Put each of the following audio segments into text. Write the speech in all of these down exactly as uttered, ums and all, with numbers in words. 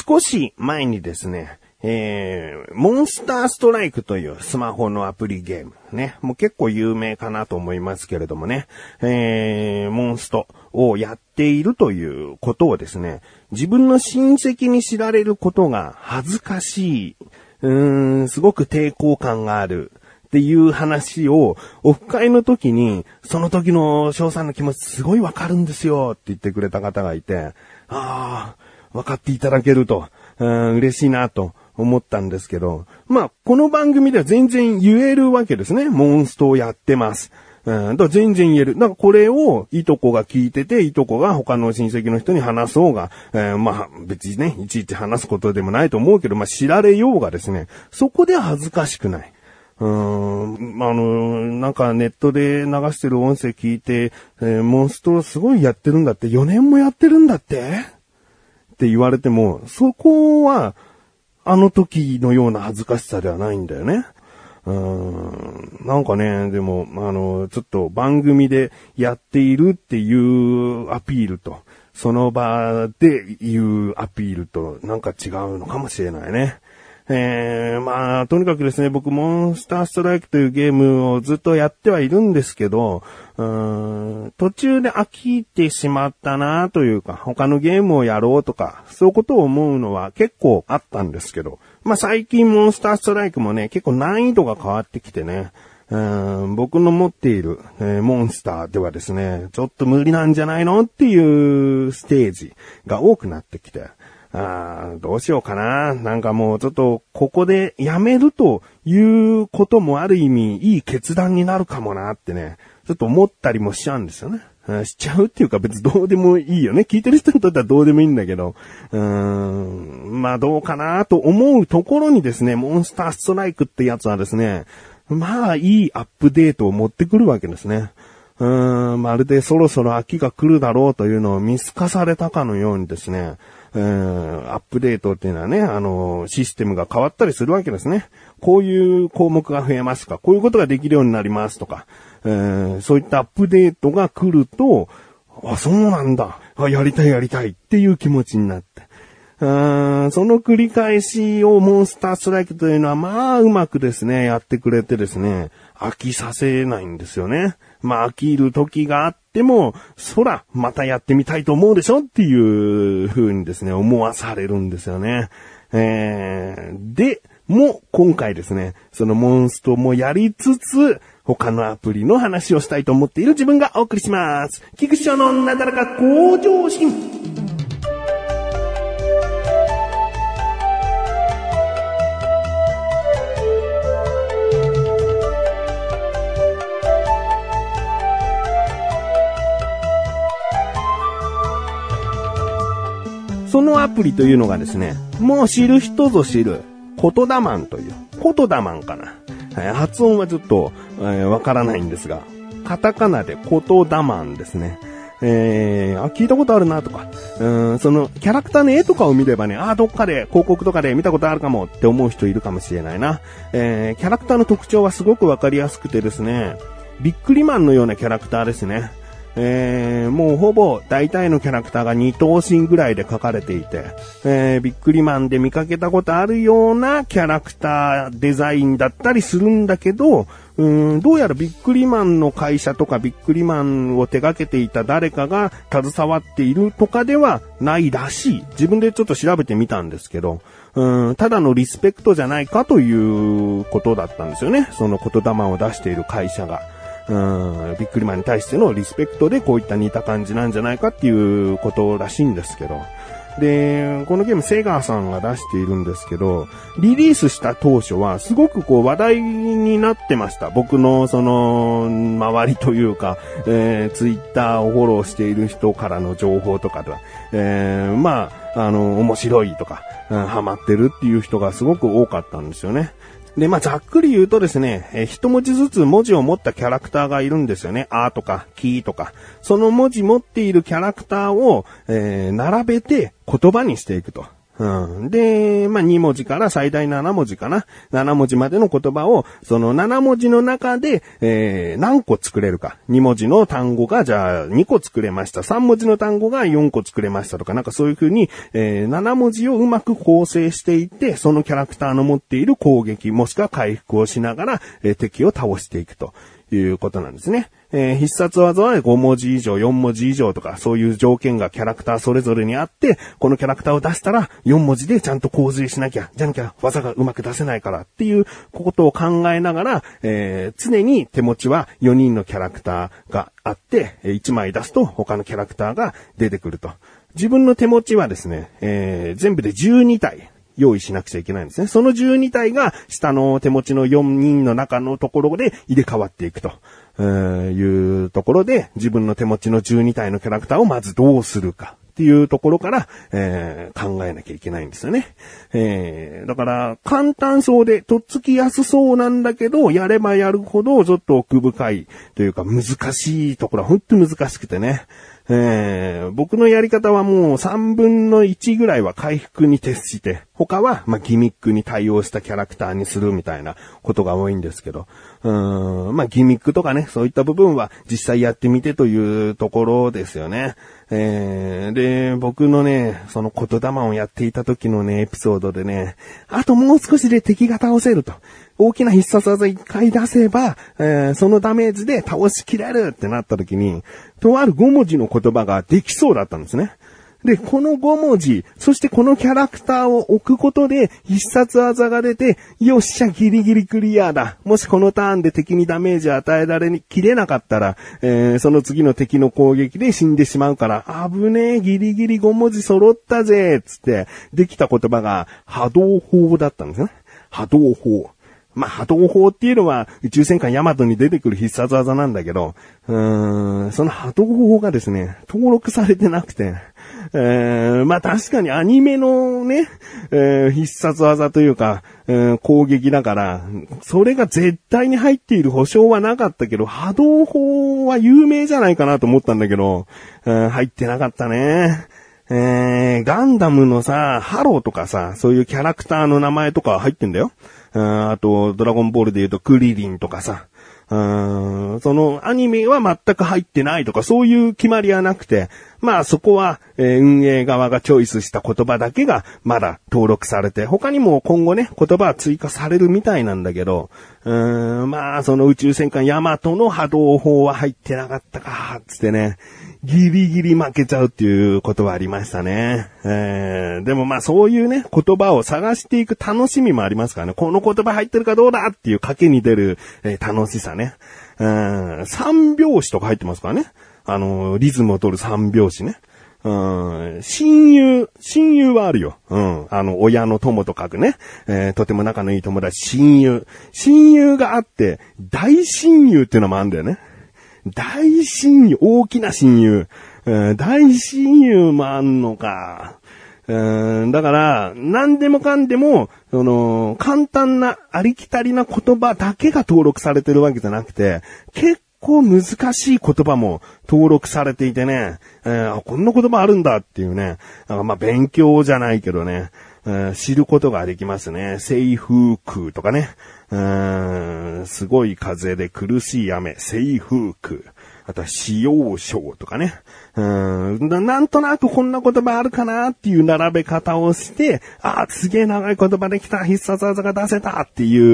少し前にですね、えー、モンスターストライクというスマホのアプリゲームね、もう結構有名かなと思いますけれどもね、えー、モンストをやっているということをですね、自分の親戚に知られることが恥ずかしい、うーん、すごく抵抗感があるっていう話をオフ会の時に、その時の翔さんの気持ちすごいわかるんですよって言ってくれた方がいて、ああ、わかっていただけると、うん、嬉しいなと思ったんですけど、まあ、この番組では全然言えるわけですね。モンストをやってます。うん、だから全然言える。だからこれをいとこが聞いてて、いとこが他の親戚の人に話そうが、えー、まあ別にね、いちいち話すことでもないと思うけど、まあ知られようがですね、そこで恥ずかしくない。うーん、あの、なんかネットで流してる音声聞いて、えー、モンストすごいやってるんだって、よねんもやってるんだってって言われても、そこは、あの時のような恥ずかしさではないんだよね。うーん、なんかね、でも、あの、ちょっと番組でやっているっていうアピールと、その場で言うアピールと、なんか違うのかもしれないね。えー、まあ、とにかくですね、僕、モンスターストライクというゲームをずっとやってはいるんですけど、うーん、途中で飽きてしまったなというか、他のゲームをやろうとか、そういうことを思うのは結構あったんですけど、まあ最近モンスターストライクもね、結構難易度が変わってきてね、うーん、僕の持っている、えー、モンスターではですね、ちょっと無理なんじゃないのっていうステージが多くなってきて、あー、どうしようかな。なんかもうちょっとここでやめるということもある意味いい決断になるかもなってね、ちょっと思ったりもしちゃうんですよね。しちゃうっていうか別にどうでもいいよね。聞いてる人にとってはどうでもいいんだけど、うーん、まあどうかなと思うところにですね、モンスターストライクってやつはですね、まあいいアップデートを持ってくるわけですね。うーん、まるでそろそろ秋が来るだろうというのを見透かされたかのようにですね、アップデートっていうのはね、あの、システムが変わったりするわけですね。こういう項目が増えますとか、こういうことができるようになりますとか、えー、そういったアップデートが来ると、あ、そうなんだ。あ、やりたいやりたいっていう気持ちになって。あその繰り返しをモンスターストライクというのはまあうまくですね、やってくれてですね、飽きさせないんですよね。まあ飽きる時があっても、そら、またやってみたいと思うでしょっていう風にですね、思わされるんですよね。えー、で、も今回ですね、そのモンストもやりつつ、他のアプリの話をしたいと思っている自分がお送りします。菊池翔のなだらか向上心。そのアプリというのがですね、もう知る人ぞ知る、コトダマンという、コトダマンかな。発音はちょっとわ、えー、からないんですが、カタカナでコトダマンですね。えー、あ、聞いたことあるなとか、うーん、そのキャラクターの絵とかを見ればね、あ、どっかで広告とかで見たことあるかもって思う人いるかもしれないな。えー、キャラクターの特徴はすごくわかりやすくてですね、ビックリマンのようなキャラクターですね。えー、もうほぼ大体のキャラクターが二頭身ぐらいで描かれていて、えー、ビックリマンで見かけたことあるようなキャラクターデザインだったりするんだけど、うーん、どうやらビックリマンの会社とかビックリマンを手掛けていた誰かが携わっているとかではないらしい。自分でちょっと調べてみたんですけど、うーん、ただのリスペクトじゃないかということだったんですよね。その言霊を出している会社が。うん、ビックリマンに対してのリスペクトでこういった似た感じなんじゃないかっていうことらしいんですけど。で、このゲームセガさんが出しているんですけど、リリースした当初はすごくこう話題になってました。僕のその周りというか、えー、ツイッターをフォローしている人からの情報とかでは、えー、まあ、あの、面白いとか、うん、ハマってるっていう人がすごく多かったんですよね。で、まあ、ざっくり言うとですね、えー、一文字ずつ文字を持ったキャラクターがいるんですよね。あとか、きとか。その文字持っているキャラクターを、えー、並べて言葉にしていくと。 うん。で、まあ、に文字から最大なな文字かな。なな文字までの言葉を、そのなな文字の中で、えー、何個作れるか。に文字の単語が、じゃあ、にこ作れました。さん文字の単語がよんこ作れましたとか、なんかそういう風に、えー、なな文字をうまく構成していって、そのキャラクターの持っている攻撃、もしくは回復をしながら、えー、敵を倒していくということなんですね。えー、必殺技はご文字以上、よん文字以上とか、そういう条件がキャラクターそれぞれにあって、このキャラクターを出したらよん文字でちゃんと洪水しなきゃ、じゃなきゃ技がうまく出せないからっていうことを考えながら、えー、常に手持ちはよにんのキャラクターがあって、いちまい出すと他のキャラクターが出てくると。自分の手持ちはですね、えー、全部でじゅうに体。用意しなくちゃいけないんですね。そのじゅうに体が下の手持ちのよにんの中のところで入れ替わっていくと。えー、いうところで自分の手持ちのじゅうに体のキャラクターをまずどうするかっていうところから、えー、考えなきゃいけないんですよね。えー、だから簡単そうでとっつきやすそうなんだけど、やればやるほどちょっと奥深いというか難しいところは本当に難しくてね。えー、僕のやり方はもうさんぶんのいちぐらいは回復に徹して、他はまあギミックに対応したキャラクターにするみたいなことが多いんですけど、うーん、まあギミックとかね、そういった部分は実際やってみてというところですよね。えー、で、僕のね、その言霊をやっていた時のね、エピソードでね、あともう少しで敵が倒せると。大きな必殺技一回出せば、えー、そのダメージで倒しきれるってなった時に、とあるご文字の言葉ができそうだったんですね。で、このご文字、そしてこのキャラクターを置くことで必殺技が出て、よっしゃ、ギリギリクリアだ。もしこのターンで敵にダメージを与えられきれなかったら、えー、その次の敵の攻撃で死んでしまうから、危ねえ、ギリギリご文字揃ったぜ、つって、できた言葉が波動砲だったんですね。波動砲。まあ、波動砲っていうのは宇宙戦艦ヤマトに出てくる必殺技なんだけど、うーん、その波動砲がですね、登録されてなくて、えー、まあ確かにアニメのね、えー、必殺技というか、えー、攻撃だから、それが絶対に入っている保証はなかったけど、波動砲は有名じゃないかなと思ったんだけど、えー、入ってなかったね。えー、ガンダムのさ、ハローとかさ、そういうキャラクターの名前とか入ってんだよ。あと、ドラゴンボールで言うとクリリンとかさ、うーん、そのアニメは全く入ってないとかそういう決まりはなくて、まあそこは、えー、運営側がチョイスした言葉だけがまだ登録されて、他にも今後ね、言葉は追加されるみたいなんだけど、うーん、まあその宇宙戦艦ヤマトの波動砲は入ってなかったか、つってね、ギリギリ負けちゃうっていうことはありましたね。えー、でもまあそういうね、言葉を探していく楽しみもありますからね。この言葉入ってるかどうだっていう賭けに出る、えー、楽しさね。うん、三拍子とか入ってますからね。あの、リズムを取る三拍子ね。うん、親友、親友はあるよ。うん。あの、親の友と書くね。えー、とても仲のいい友達、親友。親友があって、大親友っていうのもあるんだよね。大親友、大きな親友。うん、大親友もあんのか。うん、だから、何でもかんでも、その、簡単な、ありきたりな言葉だけが登録されてるわけじゃなくて、結構難しい言葉も登録されていてね、えー、こんな言葉あるんだっていうね、なんかまあ勉強じゃないけどね、えー、知ることができますね。西風空とかね、うーん、すごい風で苦しい雨、西風空。あとは、使用書とかね。うーん、なんとなくこんな言葉あるかなっていう並べ方をして、あー、すげえ長い言葉できた、必殺技が出せたっていう、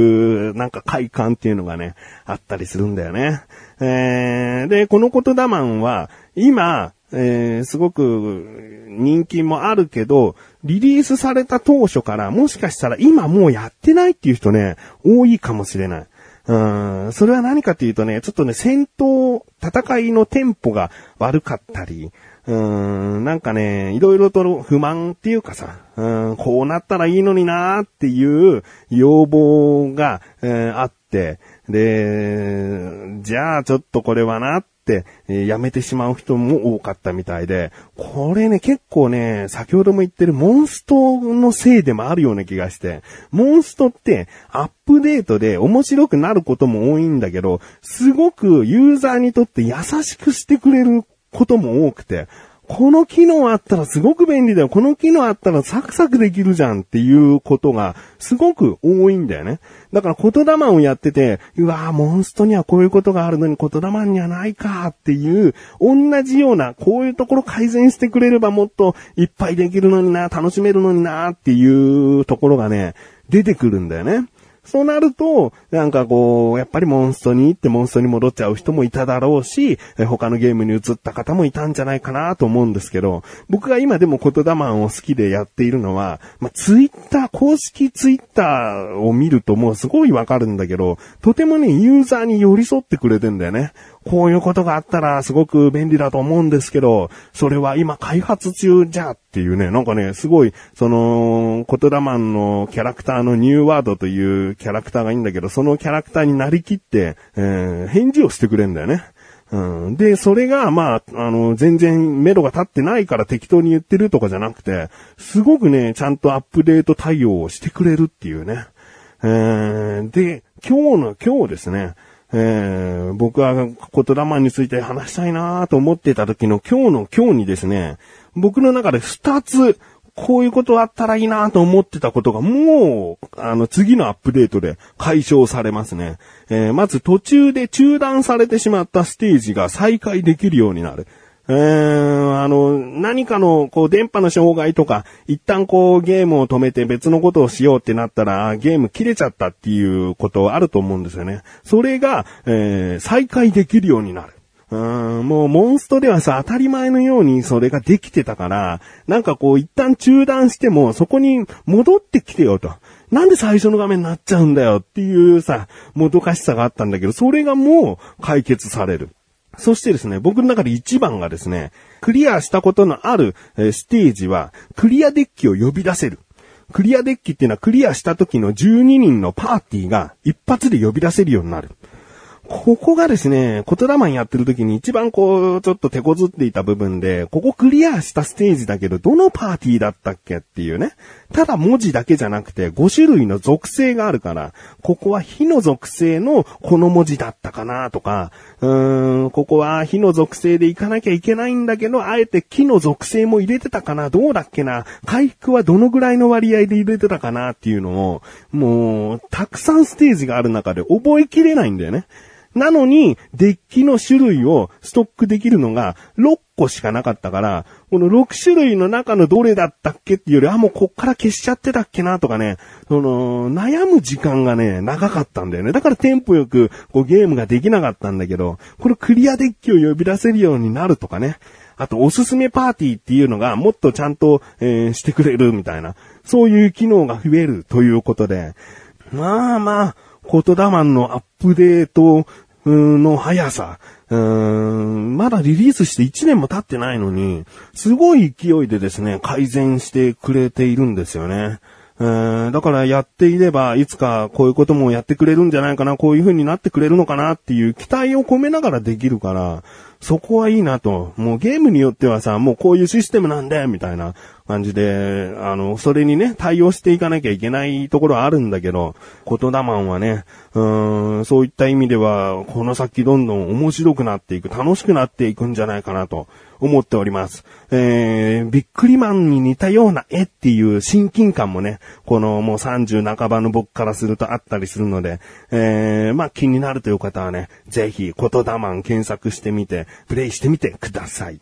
なんか快感っていうのがね、あったりするんだよね。えー、で、この言霊は、今、えー、すごく人気もあるけど、リリースされた当初からもしかしたら今もうやってないっていう人ね、多いかもしれない。うん、それは何かというとね、ちょっとね、戦闘、戦いのテンポが悪かったり、うーん、なんかね、いろいろと不満っていうかさ、うん、こうなったらいいのになーっていう要望が、えー、あって、で、じゃあちょっとこれはなって、えー、やめてしまう人も多かったみたいで、これね、結構ね、先ほども言ってるモンストのせいでもあるような気がして、モンストってアップデートで面白くなることも多いんだけど、すごくユーザーにとって優しくしてくれることも多くて、 この機能あったらすごく便利だよ。この機能あったらサクサクできるじゃんっていうことがすごく多いんだよね。だから言霊をやってて、うわぁ、モンストにはこういうことがあるのに言霊にはないかっていう、同じような、こういうところ改善してくれればもっといっぱいできるのにな、楽しめるのになっていうところがね、出てくるんだよね。そうなると、なんかこう、やっぱりモンストに行ってモンストに戻っちゃう人もいただろうし、他のゲームに移った方もいたんじゃないかなと思うんですけど、僕が今でも言霊を好きでやっているのは、まあ、ツイッター、公式ツイッターを見るともうすごいわかるんだけど、とてもね、ユーザーに寄り添ってくれてんだよね。こういうことがあったらすごく便利だと思うんですけど、それは今開発中じゃっていうね、なんかね、すごい、その、言霊のキャラクターのニューワードというキャラクターがいいんだけど、そのキャラクターになりきって、えー、返事をしてくれるんだよね。うん、で、それが、まあ、あの、全然メロが立ってないから適当に言ってるとかじゃなくて、すごくね、ちゃんとアップデート対応をしてくれるっていうね。えー、で、今日の今日ですね、えー、僕は言霊について話したいなと思ってた時の今日の今日にですね、僕の中で二つ、こういうことあったらいいなと思ってたことがもう、あの、次のアップデートで解消されますね。えー、まず途中で中断されてしまったステージが再開できるようになる。えー、あの、何かの、こう、電波の障害とか、一旦こう、ゲームを止めて別のことをしようってなったら、ゲーム切れちゃったっていうことあると思うんですよね。それが、えー、再開できるようになる。うーん、もう、モンストではさ、当たり前のようにそれができてたから、なんかこう、一旦中断しても、そこに戻ってきてよと。なんで最初の画面になっちゃうんだよっていうさ、もどかしさがあったんだけど、それがもう、解決される。そしてですね、僕の中で一番がですね、クリアしたことのある、えー、ステージは、クリアデッキを呼び出せる。クリアデッキっていうのはクリアした時のじゅうににんのパーティーが一発で呼び出せるようになる。ここがですね、言霊やってる時に一番こう、ちょっと手こずっていた部分で、ここクリアしたステージだけど、どのパーティーだったっけっていうね。ただ文字だけじゃなくて、ご種類の属性があるから、ここは火の属性のこの文字だったかなとか、うーん、ここは火の属性でいかなきゃいけないんだけど、あえて木の属性も入れてたかな、どうだっけな、回復はどのぐらいの割合で入れてたかなっていうのを、もう、たくさんステージがある中で覚えきれないんだよね。なのに、デッキの種類をストックできるのがろっこしかなかったから、このろく種類の中のどれだったっけっていうより、あ、もうこっから消しちゃってたっけなとかね、その、悩む時間がね、長かったんだよね。だからテンポよくこうゲームができなかったんだけど、このクリアデッキを呼び出せるようになるとかね。あと、おすすめパーティーっていうのがもっとちゃんと、えー、してくれるみたいな、そういう機能が増えるということで、まあまあ、言霊のアップデートの速さ、うーん、まだリリースしていちねんも経ってないのに、すごい勢いでですね、改善してくれているんですよね。えー、だからやっていれば、いつかこういうこともやってくれるんじゃないかな、こういう風になってくれるのかなっていう期待を込めながらできるから、そこはいいなと。もうゲームによってはさ、もうこういうシステムなんだよ、みたいな感じで、あの、それにね、対応していかなきゃいけないところはあるんだけど、言霊はね、うーん、そういった意味では、この先どんどん面白くなっていく、楽しくなっていくんじゃないかなと思っております。えー、ビックリマンに似たような絵っていう親近感もね、このもうさんじゅう半ばの僕からするとあったりするので、えー、まあ気になるという方はね、ぜひ言霊検索してみて、プレイしてみてください。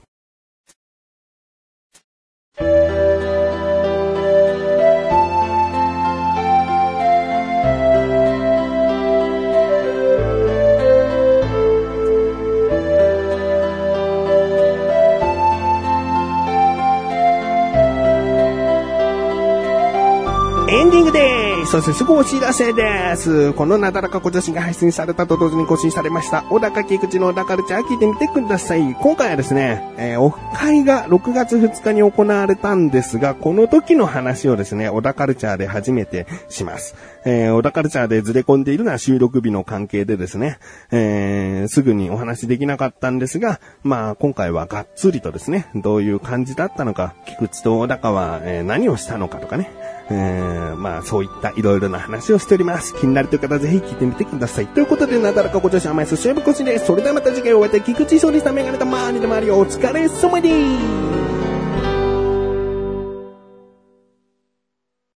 エンディングでーす。そしてすぐお知らせです。このなだらか小女子が配信されたと同時に更新されました小高菊池の小高カルチャー聞いてみてください。今回はですね、えー、オフ会がろくがつふつかに行われたんですが、この時の話をですね、小高カルチャーで初めてします。えー、小高カルチャーでずれ込んでいるのは収録日の関係でですね、えー、すぐにお話できなかったんですが、まあ今回はがっつりとですね、どういう感じだったのか、菊池と小高は、えー、何をしたのかとかね、えー、まあそういったいろいろな話をしております。気になるという方はぜひ聞いてみてください。ということで、なだらかご女子甘いすしぶこしです。それではまた次回お会いでき菊池勝利したメガネたまーにでもあるよ。お疲れ様でーす。